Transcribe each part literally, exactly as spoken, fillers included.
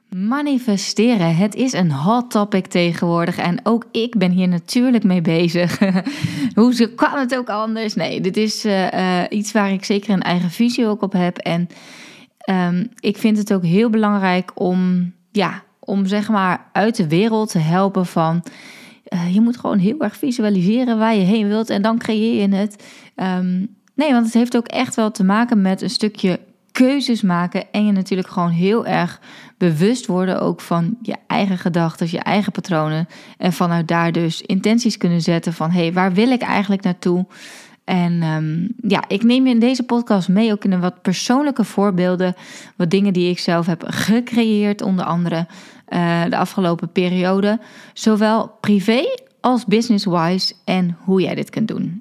Manifesteren, het is een hot topic tegenwoordig en ook ik ben hier natuurlijk mee bezig. Hoe kan het ook anders? Nee, dit is uh, uh, iets waar ik zeker een eigen visie ook op heb. En um, ik vind het ook heel belangrijk om, ja, om zeg maar uit de wereld te helpen van... Uh, je moet gewoon heel erg visualiseren waar je heen wilt en dan creëer je het. Um, nee, want het heeft ook echt wel te maken met een stukje keuzes maken en je natuurlijk gewoon heel erg bewust worden ook van je eigen gedachten, je eigen patronen en vanuit daar dus intenties kunnen zetten van hé, hey, waar wil ik eigenlijk naartoe? En um, ja, ik neem je in deze podcast mee ook in een wat persoonlijke voorbeelden, wat dingen die ik zelf heb gecreëerd, onder andere uh, de afgelopen periode, zowel privé als business-wise en hoe jij dit kunt doen.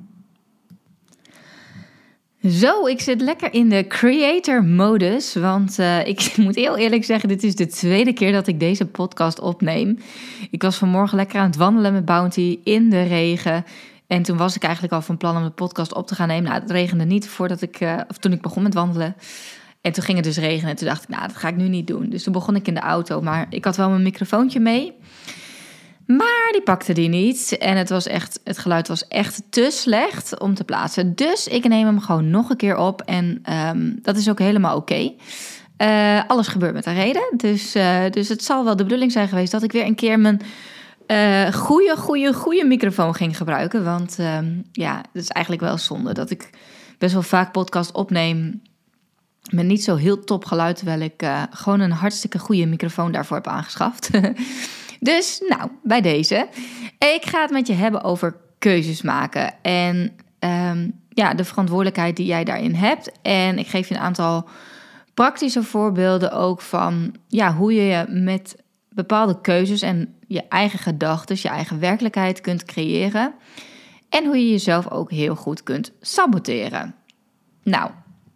Zo, ik zit lekker in de creator-modus, want uh, ik moet heel eerlijk zeggen, dit is de tweede keer dat ik deze podcast opneem. Ik was vanmorgen lekker aan het wandelen met Bounty in de regen en toen was ik eigenlijk al van plan om de podcast op te gaan nemen. Nou, het regende niet voordat ik, uh, of toen ik begon met wandelen. En toen ging het dus regenen en toen dacht ik, nou, dat ga ik nu niet doen. Dus toen begon ik in de auto, maar ik had wel mijn microfoontje mee. Maar die pakte die niet en het, was echt, het geluid was echt te slecht om te plaatsen. Dus ik neem hem gewoon nog een keer op en um, dat is ook helemaal oké. Okay. Uh, alles gebeurt met een reden. Dus, uh, dus het zal wel de bedoeling zijn geweest dat ik weer een keer mijn uh, goede, goede, goede microfoon ging gebruiken. Want um, ja, het is eigenlijk wel zonde dat ik best wel vaak podcast opneem met niet zo heel top geluid, terwijl ik uh, gewoon een hartstikke goede microfoon daarvoor heb aangeschaft. Dus, nou, bij deze. Ik ga het met je hebben over keuzes maken. En um, ja, de verantwoordelijkheid die jij daarin hebt. En ik geef je een aantal praktische voorbeelden ook van ja, hoe je met bepaalde keuzes en je eigen gedachten, je eigen werkelijkheid kunt creëren. En hoe je jezelf ook heel goed kunt saboteren. Nou,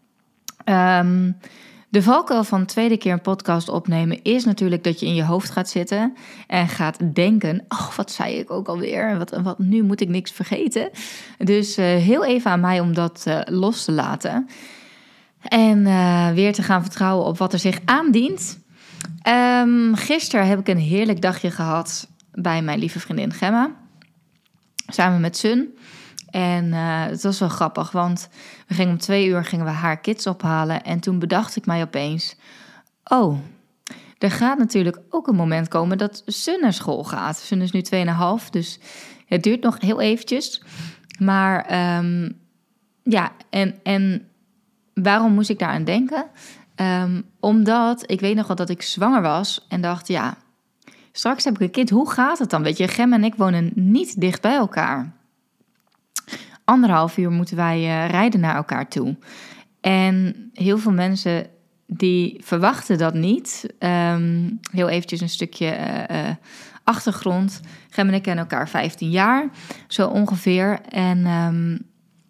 um, de valkuil van de tweede keer een podcast opnemen is natuurlijk dat je in je hoofd gaat zitten en gaat denken, oh, wat zei ik ook alweer? Wat, wat, nu moet ik niks vergeten. Dus uh, heel even aan mij om dat uh, los te laten. En uh, weer te gaan vertrouwen op wat er zich aandient. Um, gisteren heb ik een heerlijk dagje gehad bij mijn lieve vriendin Gemma. Samen met Sun. En uh, het was wel grappig, want we gingen om twee uur gingen we haar kids ophalen. En toen bedacht ik mij opeens, oh, er gaat natuurlijk ook een moment komen dat Sun naar school gaat. Sun is nu tweeënhalf, dus het duurt nog heel eventjes. Maar um, ja, en, en waarom moest ik daaraan denken? Um, omdat ik weet nog wel dat ik zwanger was en dacht, ja, straks heb ik een kind, hoe gaat het dan? Weet je, Gem en ik wonen niet dicht bij elkaar. Anderhalf uur moeten wij uh, rijden naar elkaar toe. En heel veel mensen die verwachten dat niet. Um, heel eventjes een stukje uh, uh, achtergrond. Gem en ik kennen elkaar vijftien jaar, zo ongeveer. En um,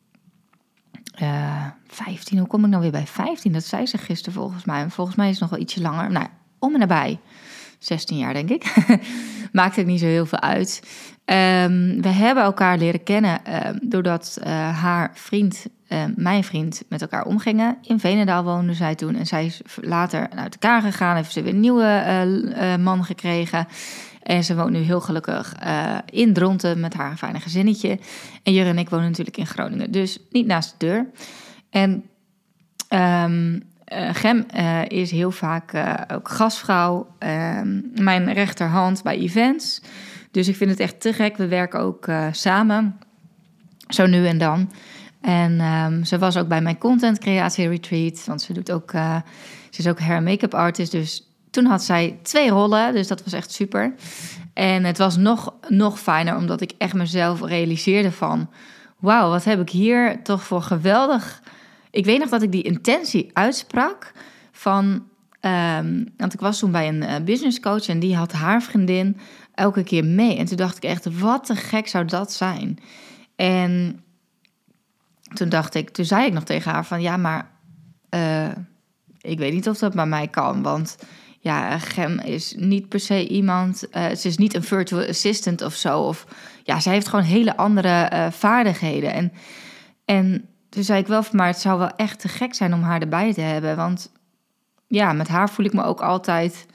uh, vijftien, hoe kom ik nou weer bij vijftien? Dat zei ze gisteren volgens mij. Volgens mij is het nog wel ietsje langer. Nou, om en nabij. zestien jaar, denk ik. Maakt ook niet zo heel veel uit. Um, we hebben elkaar leren kennen uh, doordat uh, haar vriend, uh, mijn vriend, met elkaar omgingen. In Veenendaal woonde zij toen en zij is later uit elkaar gegaan. Heeft ze weer een nieuwe uh, uh, man gekregen. En ze woont nu heel gelukkig uh, in Dronten met haar fijne gezinnetje. En Jur en ik wonen natuurlijk in Groningen, dus niet naast de deur. En um, uh, Gem uh, is heel vaak uh, ook gastvrouw. Uh, mijn rechterhand bij events. Dus ik vind het echt te gek. We werken ook uh, samen, zo nu en dan. En um, ze was ook bij mijn content creatie retreat, want ze doet ook, uh, ze is ook hair en make-up artist. Dus toen had zij twee rollen, dus dat was echt super. En het was nog, nog fijner, omdat ik echt mezelf realiseerde van, wauw, wat heb ik hier toch voor geweldig. Ik weet nog dat ik die intentie uitsprak van, um, want ik was toen bij een uh, business coach en die had haar vriendin elke keer mee. En toen dacht ik echt, wat te gek zou dat zijn? En toen dacht ik, toen zei ik nog tegen haar van, ja, maar uh, ik weet niet of dat bij mij kan, want ja, Gem is niet per se iemand, uh, ze is niet een virtual assistant of zo, of ja, zij heeft gewoon hele andere uh, vaardigheden. En, en toen zei ik wel van, maar het zou wel echt te gek zijn om haar erbij te hebben, want ja, met haar voel ik me ook altijd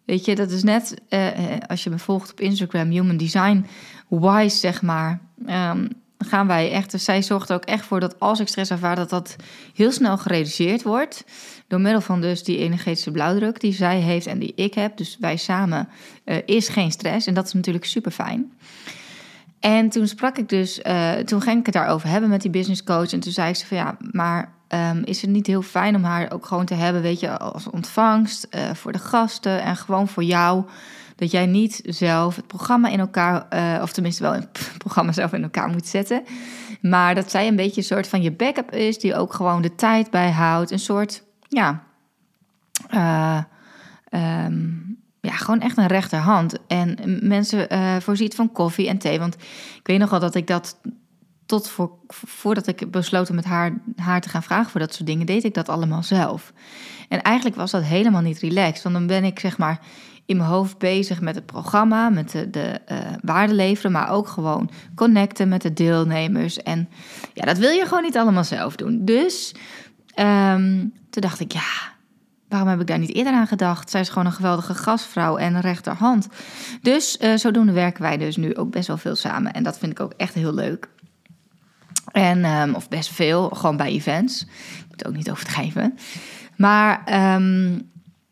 Weet je, dat is net uh, als je me volgt op Instagram, Human Design Wise, zeg maar. Um, gaan wij echt, dus zij zorgt er ook echt voor dat als ik stress ervaar, dat dat heel snel gereduceerd wordt. Door middel van dus die energetische blauwdruk die zij heeft en die ik heb. Dus wij samen uh, is geen stress. En dat is natuurlijk super fijn. En toen sprak ik dus, uh, toen ging ik het daarover hebben met die business coach. En toen zei ik ze van ja, maar um, is het niet heel fijn om haar ook gewoon te hebben, weet je, als ontvangst uh, voor de gasten en gewoon voor jou. Dat jij niet zelf het programma in elkaar, uh, of tenminste wel het programma zelf in elkaar moet zetten. Maar dat zij een beetje een soort van je backup is, die ook gewoon de tijd bijhoudt. Een soort, ja, uh, um, ja, gewoon echt een rechterhand. En mensen uh, voorziet van koffie en thee. Want ik weet nog wel dat ik dat tot voor, voordat ik besloot om met haar, haar te gaan vragen voor dat soort dingen, deed ik dat allemaal zelf. En eigenlijk was dat helemaal niet relaxed. Want dan ben ik zeg maar in mijn hoofd bezig met het programma, met de, de uh, waarde leveren, maar ook gewoon connecten met de deelnemers. En ja, dat wil je gewoon niet allemaal zelf doen. Dus um, toen dacht ik, ja, waarom heb ik daar niet eerder aan gedacht? Zij is gewoon een geweldige gastvrouw en een rechterhand. Dus uh, zodoende werken wij dus nu ook best wel veel samen. En dat vind ik ook echt heel leuk. En, um, of best veel, gewoon bij events. Ik moet het ook niet overdrijven. Maar um,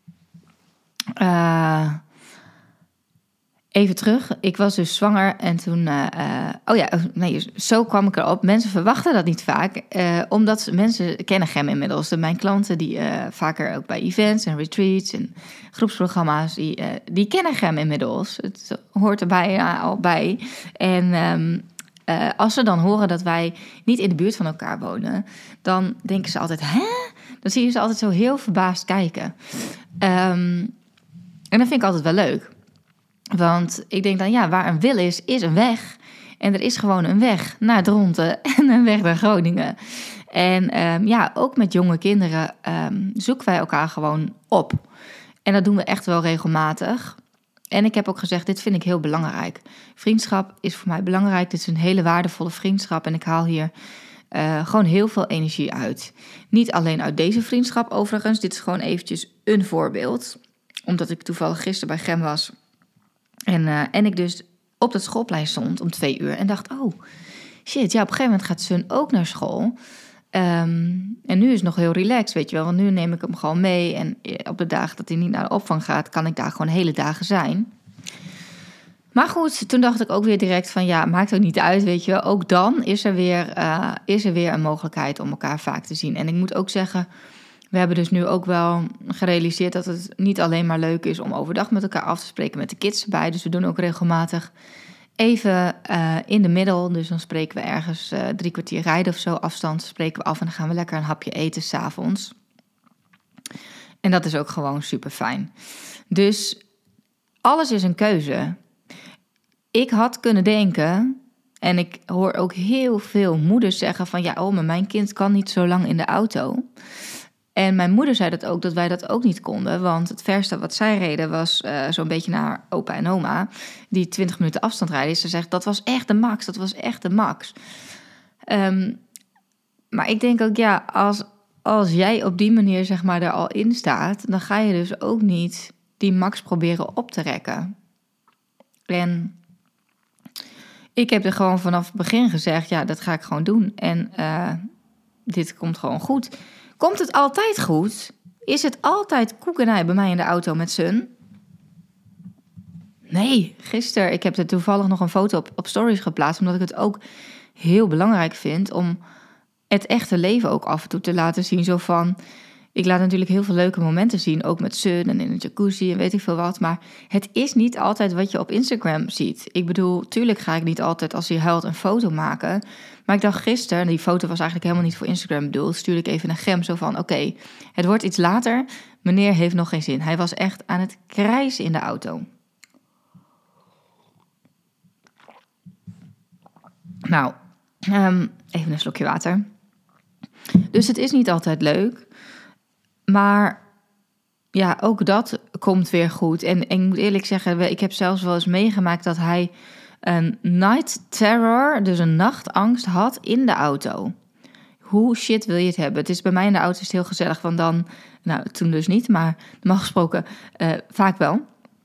uh, even terug. Ik was dus zwanger en toen... Uh, uh, oh ja, nee, zo kwam ik erop. Mensen verwachten dat niet vaak. Uh, omdat mensen kennen Gem inmiddels. De, mijn klanten die uh, vaker ook bij events en retreats en groepsprogramma's... die, uh, die kennen Gem inmiddels. Het hoort erbij uh, al bij. En... Um, Uh, als ze dan horen dat wij niet in de buurt van elkaar wonen, dan denken ze altijd, hè? Dan zie je ze altijd zo heel verbaasd kijken. Um, en dat vind ik altijd wel leuk. Want ik denk dan, ja, waar een wil is, is een weg. En er is gewoon een weg naar Dronten en een weg naar Groningen. En um, ja, ook met jonge kinderen um, zoeken wij elkaar gewoon op. En dat doen we echt wel regelmatig. En ik heb ook gezegd, dit vind ik heel belangrijk. Vriendschap is voor mij belangrijk. Dit is een hele waardevolle vriendschap. En ik haal hier uh, gewoon heel veel energie uit. Niet alleen uit deze vriendschap overigens. Dit is gewoon eventjes een voorbeeld. Omdat ik toevallig gisteren bij Gem was. En, uh, en ik dus op dat schoolplein stond om twee uur. En dacht, oh shit, ja, op een gegeven moment gaat Sun ook naar school. Um, en nu is het nog heel relaxed, weet je wel. Want nu neem ik hem gewoon mee. En op de dagen dat hij niet naar de opvang gaat, kan ik daar gewoon hele dagen zijn. Maar goed, toen dacht ik ook weer direct van, ja, maakt ook niet uit, weet je wel. Ook dan is er weer, uh, is er weer een mogelijkheid om elkaar vaak te zien. En ik moet ook zeggen, we hebben dus nu ook wel gerealiseerd dat het niet alleen maar leuk is om overdag met elkaar af te spreken met de kids erbij. Dus we doen ook regelmatig even uh, in de middel, dus dan spreken we ergens uh, drie kwartier rijden of zo afstand, spreken we af en dan gaan we lekker een hapje eten 's avonds. En dat is ook gewoon super fijn. Dus alles is een keuze. Ik had kunnen denken, en ik hoor ook heel veel moeders zeggen van ja, oh, maar mijn kind kan niet zo lang in de auto. En mijn moeder zei dat ook, dat wij dat ook niet konden. Want het verste wat zij reden was uh, zo'n beetje naar opa en oma, die twintig minuten afstand rijden. Ze zegt, dat was echt de max, dat was echt de max. Um, maar ik denk ook, ja, als, als jij op die manier zeg maar er al in staat, dan ga je dus ook niet die max proberen op te rekken. En ik heb er gewoon vanaf het begin gezegd, ja, dat ga ik gewoon doen. En uh, dit komt gewoon goed. Komt het altijd goed? Is het altijd koekenij bij mij in de auto met Sun? Nee, gisteren, ik heb er toevallig nog een foto op, op stories geplaatst, omdat ik het ook heel belangrijk vind om het echte leven ook af en toe te laten zien. Zo van, ik laat natuurlijk heel veel leuke momenten zien, ook met Sun en in een jacuzzi en weet ik veel wat. Maar het is niet altijd wat je op Instagram ziet. Ik bedoel, tuurlijk ga ik niet altijd als hij huilt een foto maken. Maar ik dacht gisteren, en die foto was eigenlijk helemaal niet voor Instagram bedoeld, stuurde ik even een Gem zo van, oké, okay, het wordt iets later. Meneer heeft nog geen zin. Hij was echt aan het krijsen in de auto. Nou, um, even een slokje water. Dus het is niet altijd leuk. Maar ja, ook dat komt weer goed. En, en ik moet eerlijk zeggen, ik heb zelfs wel eens meegemaakt dat hij een night terror, dus een nachtangst had in de auto. Hoe shit wil je het hebben? Het is bij mij in de auto is het heel gezellig, want dan, nou toen dus niet, maar normaal gesproken uh, vaak wel.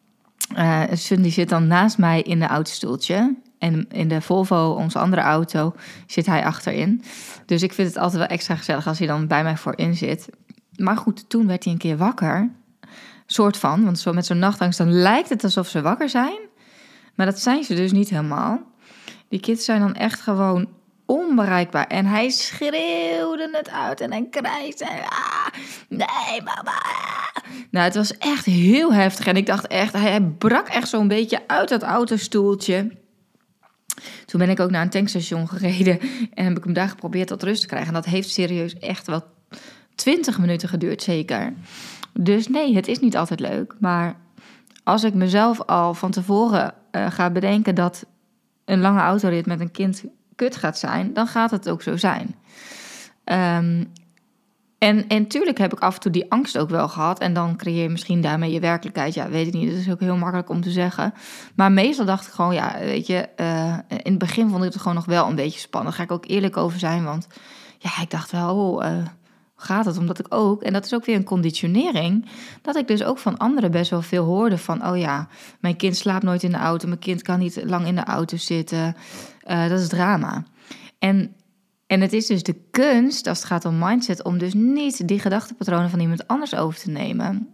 Uh, Sun die zit dan naast mij in de autostoeltje. En in de Volvo, onze andere auto, zit hij achterin. Dus ik vind het altijd wel extra gezellig als hij dan bij mij voorin zit. Maar goed, toen werd hij een keer wakker. Soort van, want zo met zo'n nachtangst dan lijkt het alsof ze wakker zijn. Maar dat zijn ze dus niet helemaal. Die kids zijn dan echt gewoon onbereikbaar. En hij schreeuwde het uit en hij krijgt. En, ah, nee, mama. Nou, het was echt heel heftig. En ik dacht echt, hij brak echt zo'n beetje uit dat autostoeltje. Toen ben ik ook naar een tankstation gereden. En heb ik hem daar geprobeerd tot rust te krijgen. En dat heeft serieus echt wel twintig minuten geduurd, zeker. Dus nee, het is niet altijd leuk. Maar als ik mezelf al van tevoren uh, ga bedenken dat een lange autorit met een kind kut gaat zijn, dan gaat het ook zo zijn. Um, en, en tuurlijk heb ik af en toe die angst ook wel gehad. En dan creëer je misschien daarmee je werkelijkheid. Ja, weet ik niet. Dat is ook heel makkelijk om te zeggen. Maar meestal dacht ik gewoon, ja, weet je, uh, in het begin vond ik het gewoon nog wel een beetje spannend. Daar ga ik ook eerlijk over zijn. Want ja, ik dacht wel, oh, uh, gaat het? Omdat ik ook, en dat is ook weer een conditionering, dat ik dus ook van anderen best wel veel hoorde van, oh ja, mijn kind slaapt nooit in de auto, mijn kind kan niet lang in de auto zitten. Uh, dat is drama. En, en het is dus de kunst, als het gaat om mindset, om dus niet die gedachtepatronen van iemand anders over te nemen,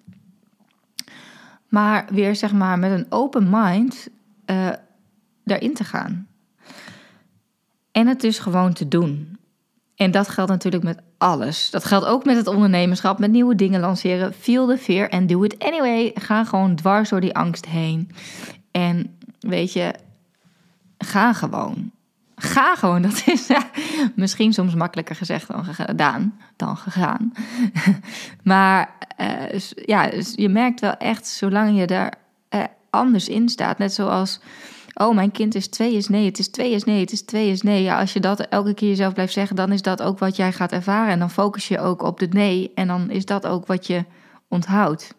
maar weer zeg maar met een open mind uh, daarin te gaan. En het dus gewoon te doen. En dat geldt natuurlijk met alles. Dat geldt ook met het ondernemerschap, met nieuwe dingen lanceren. Feel the fear and do it anyway. Ga gewoon dwars door die angst heen. En weet je, ga gewoon. Ga gewoon, dat is ja, misschien soms makkelijker gezegd dan gedaan, dan gegaan. Maar uh, ja, je merkt wel echt, zolang je daar uh, anders in staat, net zoals, oh, mijn kind is twee is nee, het is twee is nee, het is twee is nee. Ja, als je dat elke keer jezelf blijft zeggen, dan is dat ook wat jij gaat ervaren. En dan focus je ook op de nee en dan is dat ook wat je onthoudt.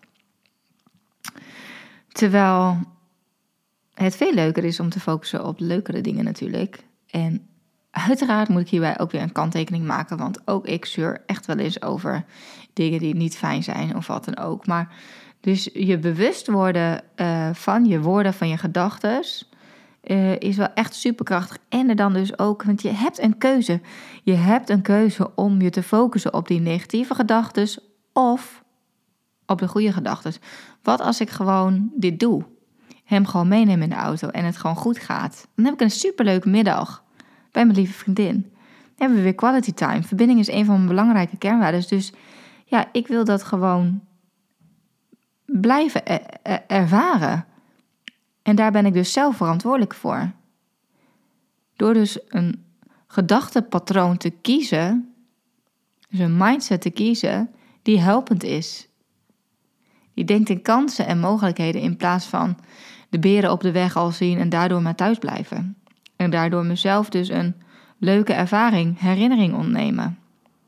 Terwijl het veel leuker is om te focussen op leukere dingen natuurlijk. En uiteraard moet ik hierbij ook weer een kanttekening maken, want ook ik zeur echt wel eens over dingen die niet fijn zijn of wat dan ook. Maar dus je bewust worden uh, van je woorden, van je gedachtes, uh, is wel echt superkrachtig. En er dan dus ook, want je hebt een keuze. Je hebt een keuze om je te focussen op die negatieve gedachtes of op de goede gedachtes. Wat als ik gewoon dit doe? Hem gewoon meenemen in de auto en het gewoon goed gaat. Dan heb ik een superleuke middag bij mijn lieve vriendin. Dan hebben we weer quality time. Verbinding is een van mijn belangrijke kernwaarden. Dus ja, ik wil dat gewoon blijven er- ervaren. En daar ben ik dus zelf verantwoordelijk voor. Door dus een gedachtepatroon te kiezen, dus een mindset te kiezen, die helpend is. Die denkt in kansen en mogelijkheden in plaats van de beren op de weg al zien en daardoor maar thuis blijven. En daardoor mezelf dus een leuke ervaring, herinnering ontnemen.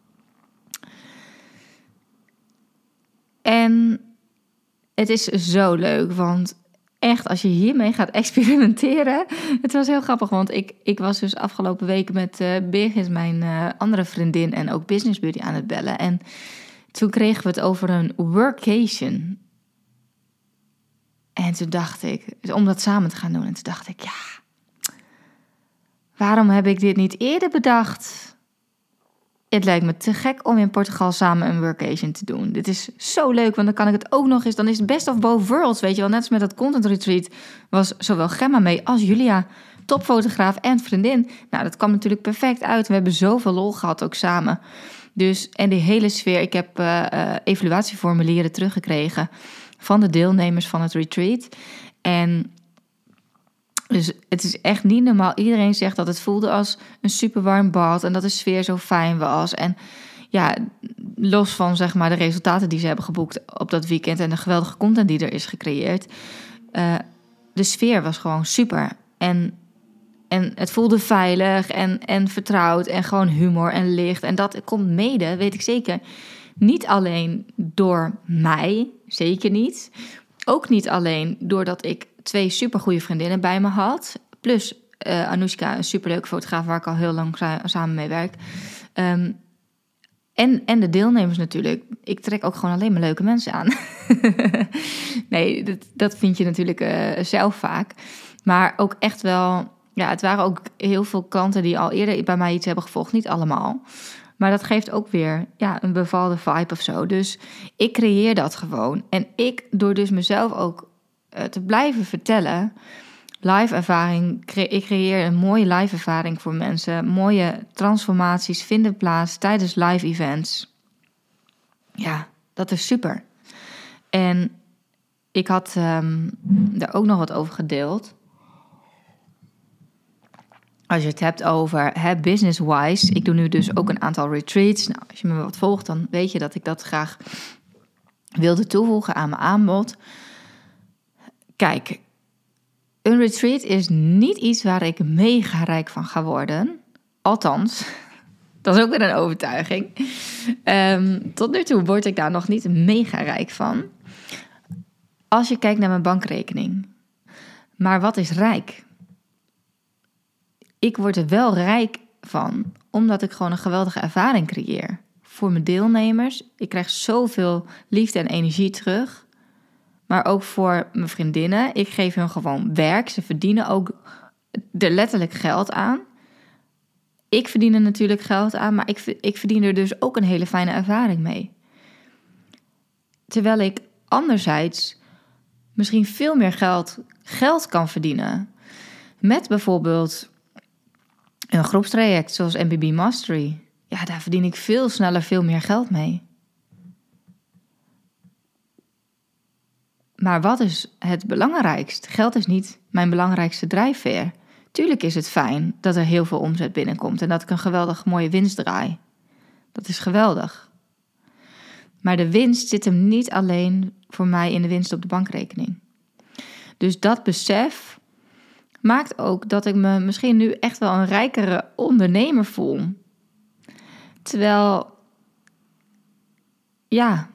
En het is zo leuk, want echt als je hiermee gaat experimenteren. Het was heel grappig, want ik, ik was dus afgelopen week met uh, Birgit, mijn uh, andere vriendin en ook business buddy aan het bellen. En toen kregen we het over een workation. En toen dacht ik, om dat samen te gaan doen. En toen dacht ik, ja, waarom heb ik dit niet eerder bedacht? Het lijkt me te gek om in Portugal samen een workation te doen. Dit is zo leuk, want dan kan ik het ook nog eens. Dan is het best of both worlds, weet je wel. Net als met dat content retreat was zowel Gemma mee als Julia, topfotograaf en vriendin. Nou, dat kwam natuurlijk perfect uit. We hebben zoveel lol gehad ook samen. Dus, en die hele sfeer. Ik heb uh, uh, evaluatieformulieren teruggekregen van de deelnemers van het retreat. En dus het is echt niet normaal. Iedereen zegt dat het voelde als een super warm bad en dat de sfeer zo fijn was. En ja, los van zeg maar de resultaten die ze hebben geboekt op dat weekend en de geweldige content die er is gecreëerd. Uh, de sfeer was gewoon super. En, en het voelde veilig en, en vertrouwd en gewoon humor en licht. En dat komt mede, weet ik zeker, niet alleen door mij, zeker niet. Ook niet alleen doordat ik twee supergoeie vriendinnen bij me had. Plus uh, Anoushka, een superleuke fotograaf waar ik al heel lang sa- samen mee werk. Um, En, en de deelnemers natuurlijk. Ik trek ook gewoon alleen maar leuke mensen aan. nee, dat, dat vind je natuurlijk uh, zelf vaak. Maar ook echt wel... Ja, het waren ook heel veel klanten die al eerder bij mij iets hebben gevolgd. Niet allemaal. Maar dat geeft ook weer ja, een bepaalde vibe of zo. Dus ik creëer dat gewoon. En ik, door dus mezelf ook uh, te blijven vertellen... Live ervaring, cre- ik creëer een mooie live ervaring voor mensen. Mooie transformaties vinden plaats tijdens live events. Ja, dat is super. En ik had um, daar ook nog wat over gedeeld. Als je het hebt over hè, business-wise. Ik doe nu dus ook een aantal retreats. Nou, als je me wat volgt, dan weet je dat ik dat graag wilde toevoegen aan mijn aanbod. Kijk, een retreat is niet iets waar ik mega rijk van ga worden. Althans, dat is ook weer een overtuiging. Um, tot nu toe word ik daar nog niet mega rijk van. Als je kijkt naar mijn bankrekening. Maar wat is rijk? Ik word er wel rijk van, omdat ik gewoon een geweldige ervaring creëer. Voor mijn deelnemers. Ik krijg zoveel liefde en energie terug. Maar ook voor mijn vriendinnen. Ik geef hun gewoon werk. Ze verdienen ook er letterlijk geld aan. Ik verdien er natuurlijk geld aan, maar ik, ik verdien er dus ook een hele fijne ervaring mee. Terwijl ik anderzijds misschien veel meer geld, geld kan verdienen. Met bijvoorbeeld een groepstraject zoals M B B Mastery. Ja, daar verdien ik veel sneller veel meer geld mee. Maar wat is het belangrijkst? Geld is niet mijn belangrijkste drijfveer. Tuurlijk is het fijn dat er heel veel omzet binnenkomt en dat ik een geweldig mooie winst draai. Dat is geweldig. Maar de winst zit hem niet alleen voor mij in de winst op de bankrekening. Dus dat besef maakt ook dat ik me misschien nu echt wel een rijkere ondernemer voel. Terwijl, ja,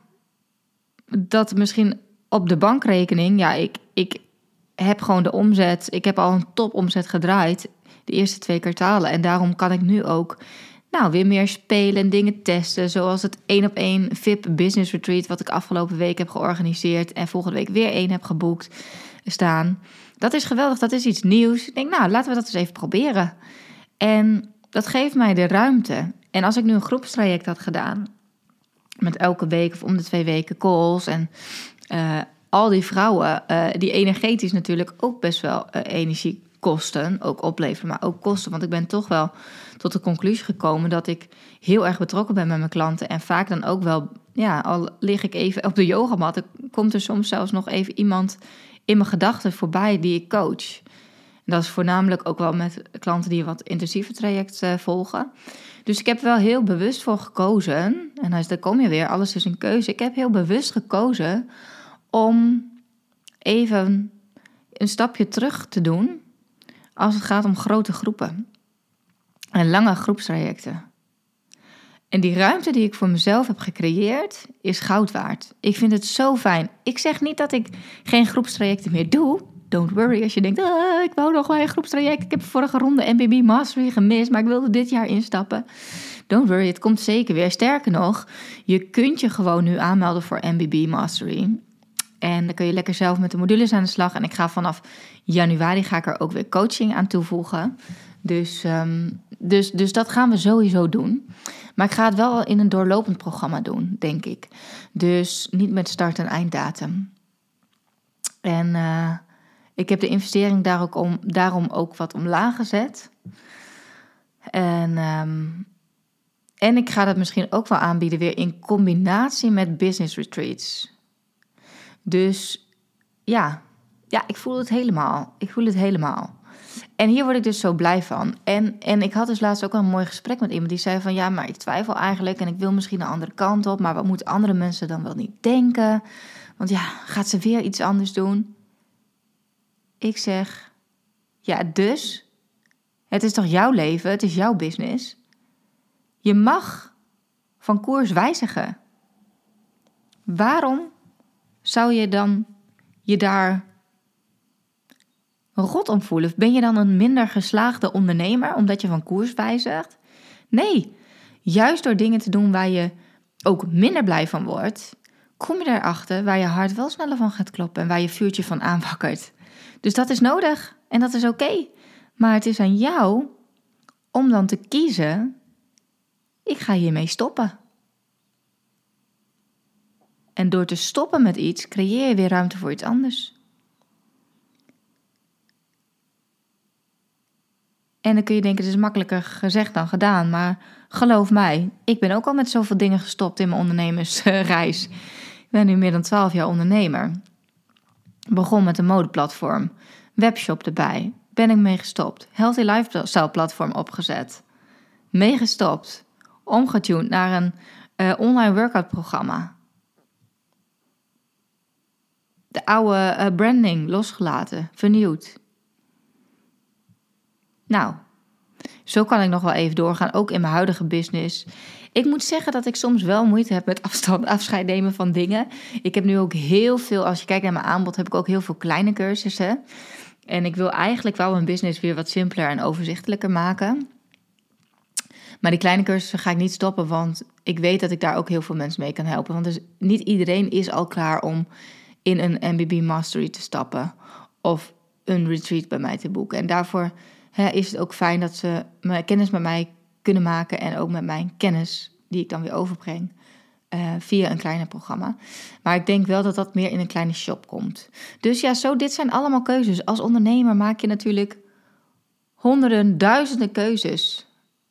dat misschien op de bankrekening, ja, ik, ik heb gewoon de omzet. Ik heb al een topomzet gedraaid de eerste twee kwartalen. En daarom kan ik nu ook nou, weer meer spelen en dingen testen. Zoals het één op één V I P Business Retreat wat ik afgelopen week heb georganiseerd. En volgende week weer één heb geboekt staan. Dat is geweldig, dat is iets nieuws. Ik denk, nou, laten we dat eens even proberen. En dat geeft mij de ruimte. En als ik nu een groepstraject had gedaan, met elke week of om de twee weken calls en uh, al die vrouwen, uh, die energetisch natuurlijk ook best wel uh, energie kosten, ook opleveren, maar ook kosten. Want ik ben toch wel tot de conclusie gekomen dat ik heel erg betrokken ben met mijn klanten. En vaak dan ook wel, ja, al lig ik even op de yogamat, komt er soms zelfs nog even iemand in mijn gedachten voorbij die ik coach. En dat is voornamelijk ook wel met klanten die een wat intensiever traject uh, volgen. Dus ik heb wel heel bewust voor gekozen, en dan kom je weer, alles is een keuze. Ik heb heel bewust gekozen om even een stapje terug te doen als het gaat om grote groepen en lange groepstrajecten. En die ruimte die ik voor mezelf heb gecreëerd is goud waard. Ik vind het zo fijn. Ik zeg niet dat ik geen groepstrajecten meer doe. Don't worry als je denkt, ah, ik wou nog wel een groepstraject. Ik heb de vorige ronde M B B Mastery gemist, maar ik wilde dit jaar instappen. Don't worry, het komt zeker weer. Sterker nog, je kunt je gewoon nu aanmelden voor M B B Mastery. En dan kun je lekker zelf met de modules aan de slag. En ik ga vanaf januari ga ik er ook weer coaching aan toevoegen. Dus, um, dus, dus dat gaan we sowieso doen. Maar ik ga het wel in een doorlopend programma doen, denk ik. Dus niet met start- en einddatum. En uh, ik heb de investering daar ook om, daarom ook wat omlaag gezet. En, um, en ik ga dat misschien ook wel aanbieden weer in combinatie met business retreats. Dus ja, ja, ik voel het helemaal. Ik voel het helemaal. En hier word ik dus zo blij van. En, en ik had dus laatst ook al een mooi gesprek met iemand die zei van, ja, maar ik twijfel eigenlijk en ik wil misschien een andere kant op, maar wat moeten andere mensen dan wel niet denken? Want ja, gaat ze weer iets anders doen? Ik zeg, ja, dus, het is toch jouw leven, het is jouw business. Je mag van koers wijzigen. Waarom zou je dan je daar rot om voelen? Ben je dan een minder geslaagde ondernemer omdat je van koers wijzigt? Nee, juist door dingen te doen waar je ook minder blij van wordt, kom je erachter waar je hart wel sneller van gaat kloppen en waar je vuurtje van aanwakkert. Dus dat is nodig en dat is oké. Okay. Maar het is aan jou om dan te kiezen, ik ga hiermee stoppen. En door te stoppen met iets, creëer je weer ruimte voor iets anders. En dan kun je denken, het is makkelijker gezegd dan gedaan. Maar geloof mij, ik ben ook al met zoveel dingen gestopt in mijn ondernemersreis. Ik ben nu meer dan twaalf jaar ondernemer. Begon met een modeplatform, webshop erbij. Ben ik mee gestopt. Healthy Lifestyle platform opgezet. Mee gestopt. Omgetuned naar een uh, online workout programma. De oude uh, branding losgelaten, vernieuwd. Nou, zo kan ik nog wel even doorgaan, ook in mijn huidige business. Ik moet zeggen dat ik soms wel moeite heb met afstand, afscheid nemen van dingen. Ik heb nu ook heel veel, als je kijkt naar mijn aanbod, heb ik ook heel veel kleine cursussen. En ik wil eigenlijk wel mijn business weer wat simpeler en overzichtelijker maken. Maar die kleine cursussen ga ik niet stoppen, want ik weet dat ik daar ook heel veel mensen mee kan helpen. Want dus niet iedereen is al klaar om in een M B B Mastery te stappen of een retreat bij mij te boeken. En daarvoor he, is het ook fijn dat ze mijn kennis met mij kunnen maken en ook met mijn kennis die ik dan weer overbreng uh, via een kleiner programma. Maar ik denk wel dat dat meer in een kleine shop komt. Dus ja, zo dit zijn allemaal keuzes. Als ondernemer maak je natuurlijk honderden, duizenden keuzes.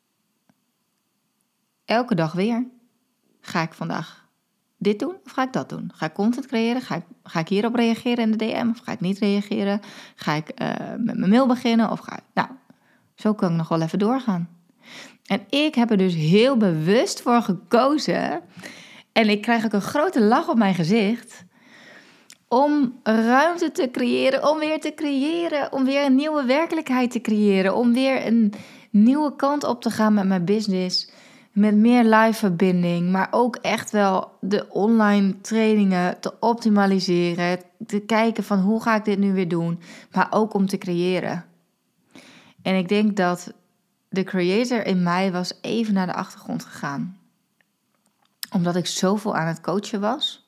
Elke dag weer. Ga ik vandaag dit doen of ga ik dat doen? Ga ik content creëren? Ga ik, ga ik hierop reageren in de D M of ga ik niet reageren? Ga ik uh, met mijn mail beginnen of ga ik... Nou, zo kan ik nog wel even doorgaan. En ik heb er dus heel bewust voor gekozen. En ik krijg ook een grote lach op mijn gezicht. Om ruimte te creëren, om weer te creëren. Om weer een nieuwe werkelijkheid te creëren. Om weer een nieuwe kant op te gaan met mijn business. Met meer live verbinding. Maar ook echt wel de online trainingen te optimaliseren. Te kijken van hoe ga ik dit nu weer doen. Maar ook om te creëren. En ik denk dat de creator in mij was even naar de achtergrond gegaan. Omdat ik zoveel aan het coachen was.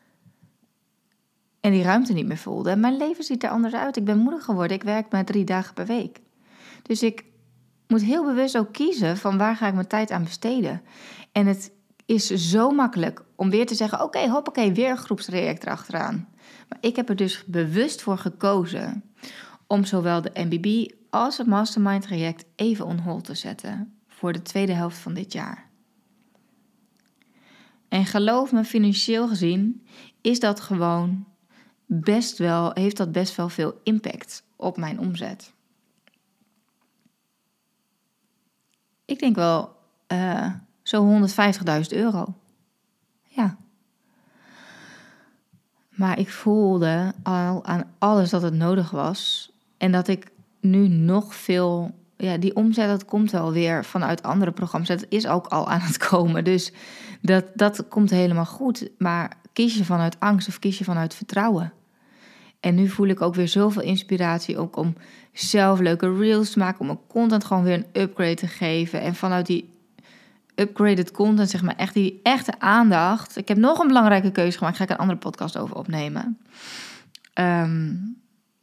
En die ruimte niet meer voelde. En mijn leven ziet er anders uit. Ik ben moeder geworden. Ik werk maar drie dagen per week. Dus ik moet heel bewust ook kiezen van waar ga ik mijn tijd aan besteden. En het is zo makkelijk om weer te zeggen, oké, okay, hoppakee, weer een groepstraject erachteraan. Maar ik heb er dus bewust voor gekozen om zowel de M B B als het Mastermind traject even on hold te zetten voor de tweede helft van dit jaar. En geloof me, financieel gezien is dat gewoon best wel, heeft dat best wel veel impact op mijn omzet. Ik denk wel uh, zo'n honderdvijftigduizend euro. Ja. Maar ik voelde al aan alles dat het nodig was. En dat ik nu nog veel... Ja, die omzet, dat komt wel weer vanuit andere programma's. Dat is ook al aan het komen. Dus dat, dat komt helemaal goed. Maar kies je vanuit angst of kies je vanuit vertrouwen? En nu voel ik ook weer zoveel inspiratie ook om zelf leuke reels te maken. Om mijn content gewoon weer een upgrade te geven. En vanuit die upgraded content, zeg maar, echt die echte aandacht. Ik heb nog een belangrijke keuze gemaakt. Daar ga ik een andere podcast over opnemen. Um,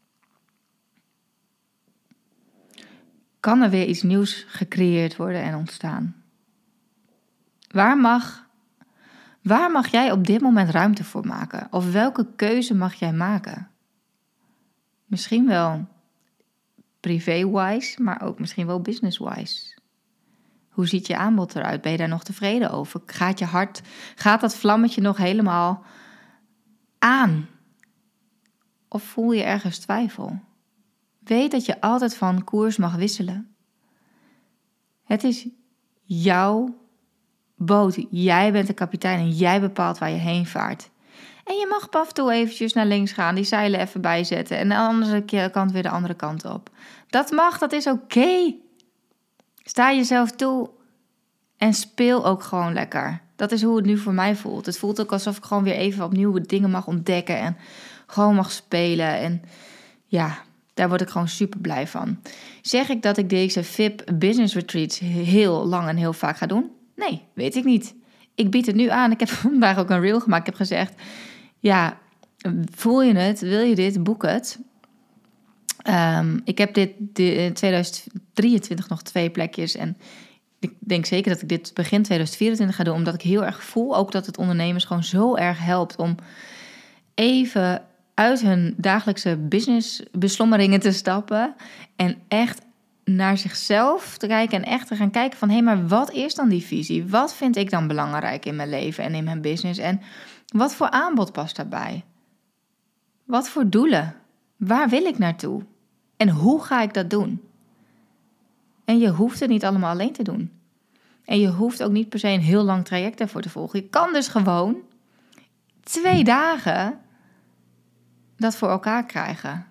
kan er weer iets nieuws gecreëerd worden en ontstaan? Waar mag, waar mag jij op dit moment ruimte voor maken? Of welke keuze mag jij maken? Misschien wel privé-wise, maar ook misschien wel business-wise. Hoe ziet je aanbod eruit? Ben je daar nog tevreden over? Gaat je hart, gaat dat vlammetje nog helemaal aan? Of voel je ergens twijfel? Weet dat je altijd van koers mag wisselen. Het is jouw boot. Jij bent de kapitein en jij bepaalt waar je heen vaart. En je mag af en toe eventjes naar links gaan, die zeilen even bijzetten en aan de andere kant weer de andere kant op. Dat mag, dat is oké. Okay. Sta jezelf toe en speel ook gewoon lekker. Dat is hoe het nu voor mij voelt. Het voelt ook alsof ik gewoon weer even opnieuw dingen mag ontdekken en gewoon mag spelen. En ja, daar word ik gewoon super blij van. Zeg ik dat ik deze V I P Business Retreats heel lang en heel vaak ga doen? Nee, weet ik niet. Ik bied het nu aan. Ik heb vandaag ook een reel gemaakt. Ik heb gezegd, ja, voel je het? Wil je dit? Boek het. Um, ik heb dit, dit in tweeduizend drieëntwintig nog twee plekjes. En ik denk zeker dat ik dit begin tweeduizend vierentwintig ga doen. Omdat ik heel erg voel ook dat het ondernemers gewoon zo erg helpt om even uit hun dagelijkse businessbeslommeringen te stappen. En echt naar zichzelf te kijken en echt te gaan kijken van, hé, maar wat is dan die visie? Wat vind ik dan belangrijk in mijn leven en in mijn business? En wat voor aanbod past daarbij? Wat voor doelen? Waar wil ik naartoe? En hoe ga ik dat doen? En je hoeft het niet allemaal alleen te doen. En je hoeft ook niet per se een heel lang traject daarvoor te volgen. Je kan dus gewoon twee dagen dat voor elkaar krijgen.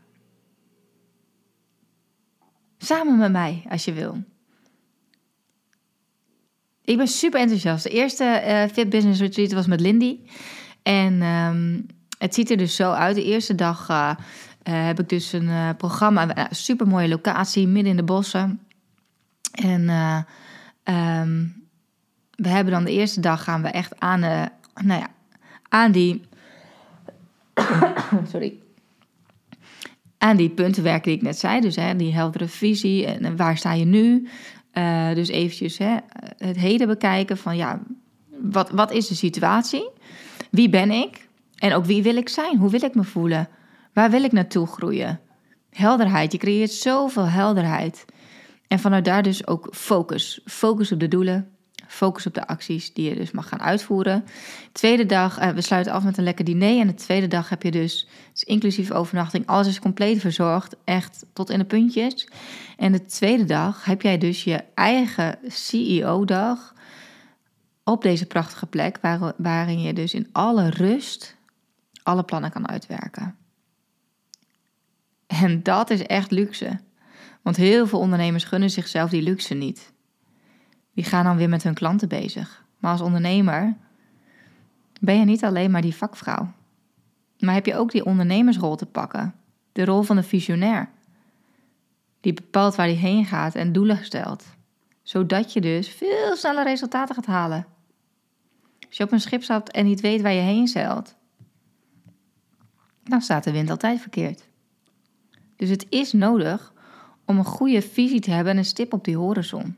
Samen met mij, als je wil. Ik ben super enthousiast. De eerste uh, Fit Business Retreat was met Lindy. En um, het ziet er dus zo uit. De eerste dag uh, uh, heb ik dus een uh, programma. Een uh, super mooie locatie, midden in de bossen. En uh, um, we hebben dan de eerste dag gaan we echt aan, uh, nou ja, aan die... Sorry. Aan die punten werken die ik net zei. Dus hè, die heldere visie. En waar sta je nu? Uh, dus eventjes hè, het heden bekijken van ja, wat, wat is de situatie? Wie ben ik? En ook wie wil ik zijn? Hoe wil ik me voelen? Waar wil ik naartoe groeien? Helderheid. Je creëert zoveel helderheid. En vanuit daar dus ook focus. Focus op de doelen. Focus op de acties die je dus mag gaan uitvoeren. Tweede dag, uh, we sluiten af met een lekker diner. En de tweede dag heb je dus, dus inclusief overnachting, alles is compleet verzorgd. Echt tot in de puntjes. En de tweede dag heb jij dus je eigen C E O-dag op deze prachtige plek, waar, waarin je dus in alle rust alle plannen kan uitwerken. En dat is echt luxe. Want heel veel ondernemers gunnen zichzelf die luxe niet. Die gaan dan weer met hun klanten bezig. Maar als ondernemer ben je niet alleen maar die vakvrouw. Maar heb je ook die ondernemersrol te pakken. De rol van de visionair. Die bepaalt waar hij heen gaat en doelen stelt. Zodat je dus veel sneller resultaten gaat halen. Als je op een schip stapt en niet weet waar je heen zeilt, dan staat de wind altijd verkeerd. Dus het is nodig om een goede visie te hebben en een stip op die horizon.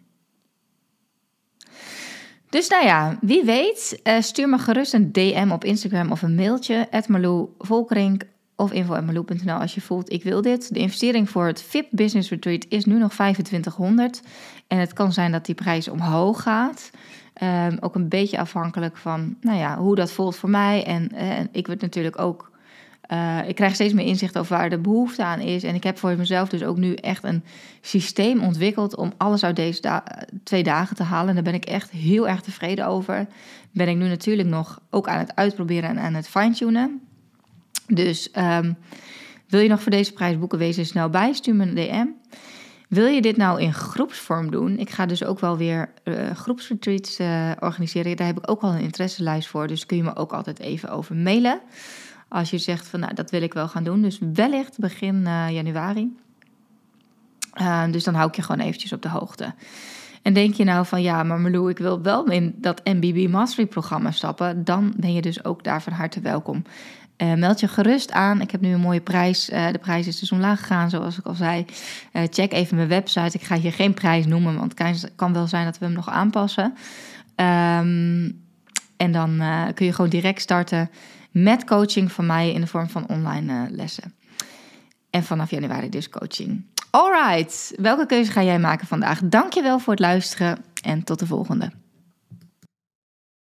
Dus nou ja, wie weet, uh, stuur me gerust een D M op Instagram of een mailtje, at Marlou Volkerink of info at marlou punt n l als je voelt, ik wil dit. De investering voor het V I P Business Retreat is nu nog vijfentwintighonderd. En het kan zijn dat die prijs omhoog gaat. Um, ook een beetje afhankelijk van nou ja, hoe dat voelt voor mij. En uh, ik word natuurlijk ook... Uh, ik krijg steeds meer inzicht over waar de behoefte aan is. En ik heb voor mezelf dus ook nu echt een systeem ontwikkeld om alles uit deze da- twee dagen te halen. En daar ben ik echt heel erg tevreden over. Ben ik nu natuurlijk nog ook aan het uitproberen en aan het fine-tunen. Dus um, wil je nog voor deze prijs boeken, wees er snel bij. Stuur me een D M. Wil je dit nou in groepsvorm doen? Ik ga dus ook wel weer uh, groepsretreats uh, organiseren. Daar heb ik ook al een interesselijst voor. Dus kun je me ook altijd even over mailen. Als je zegt van, nou, dat wil ik wel gaan doen. Dus wellicht begin uh, januari. Uh, dus dan hou ik je gewoon eventjes op de hoogte. En denk je nou van, ja, maar Marlou, ik wil wel in dat M B B Mastery programma stappen. Dan ben je dus ook daar van harte welkom. Uh, meld je gerust aan. Ik heb nu een mooie prijs. Uh, de prijs is dus omlaag gegaan, zoals ik al zei. Uh, check even mijn website. Ik ga hier geen prijs noemen, want het kan wel zijn dat we hem nog aanpassen. Um, en dan uh, kun je gewoon direct starten met coaching van mij in de vorm van online uh, lessen. En vanaf januari dus coaching. Alright, welke keuze ga jij maken vandaag? Dankjewel voor het luisteren en tot de volgende.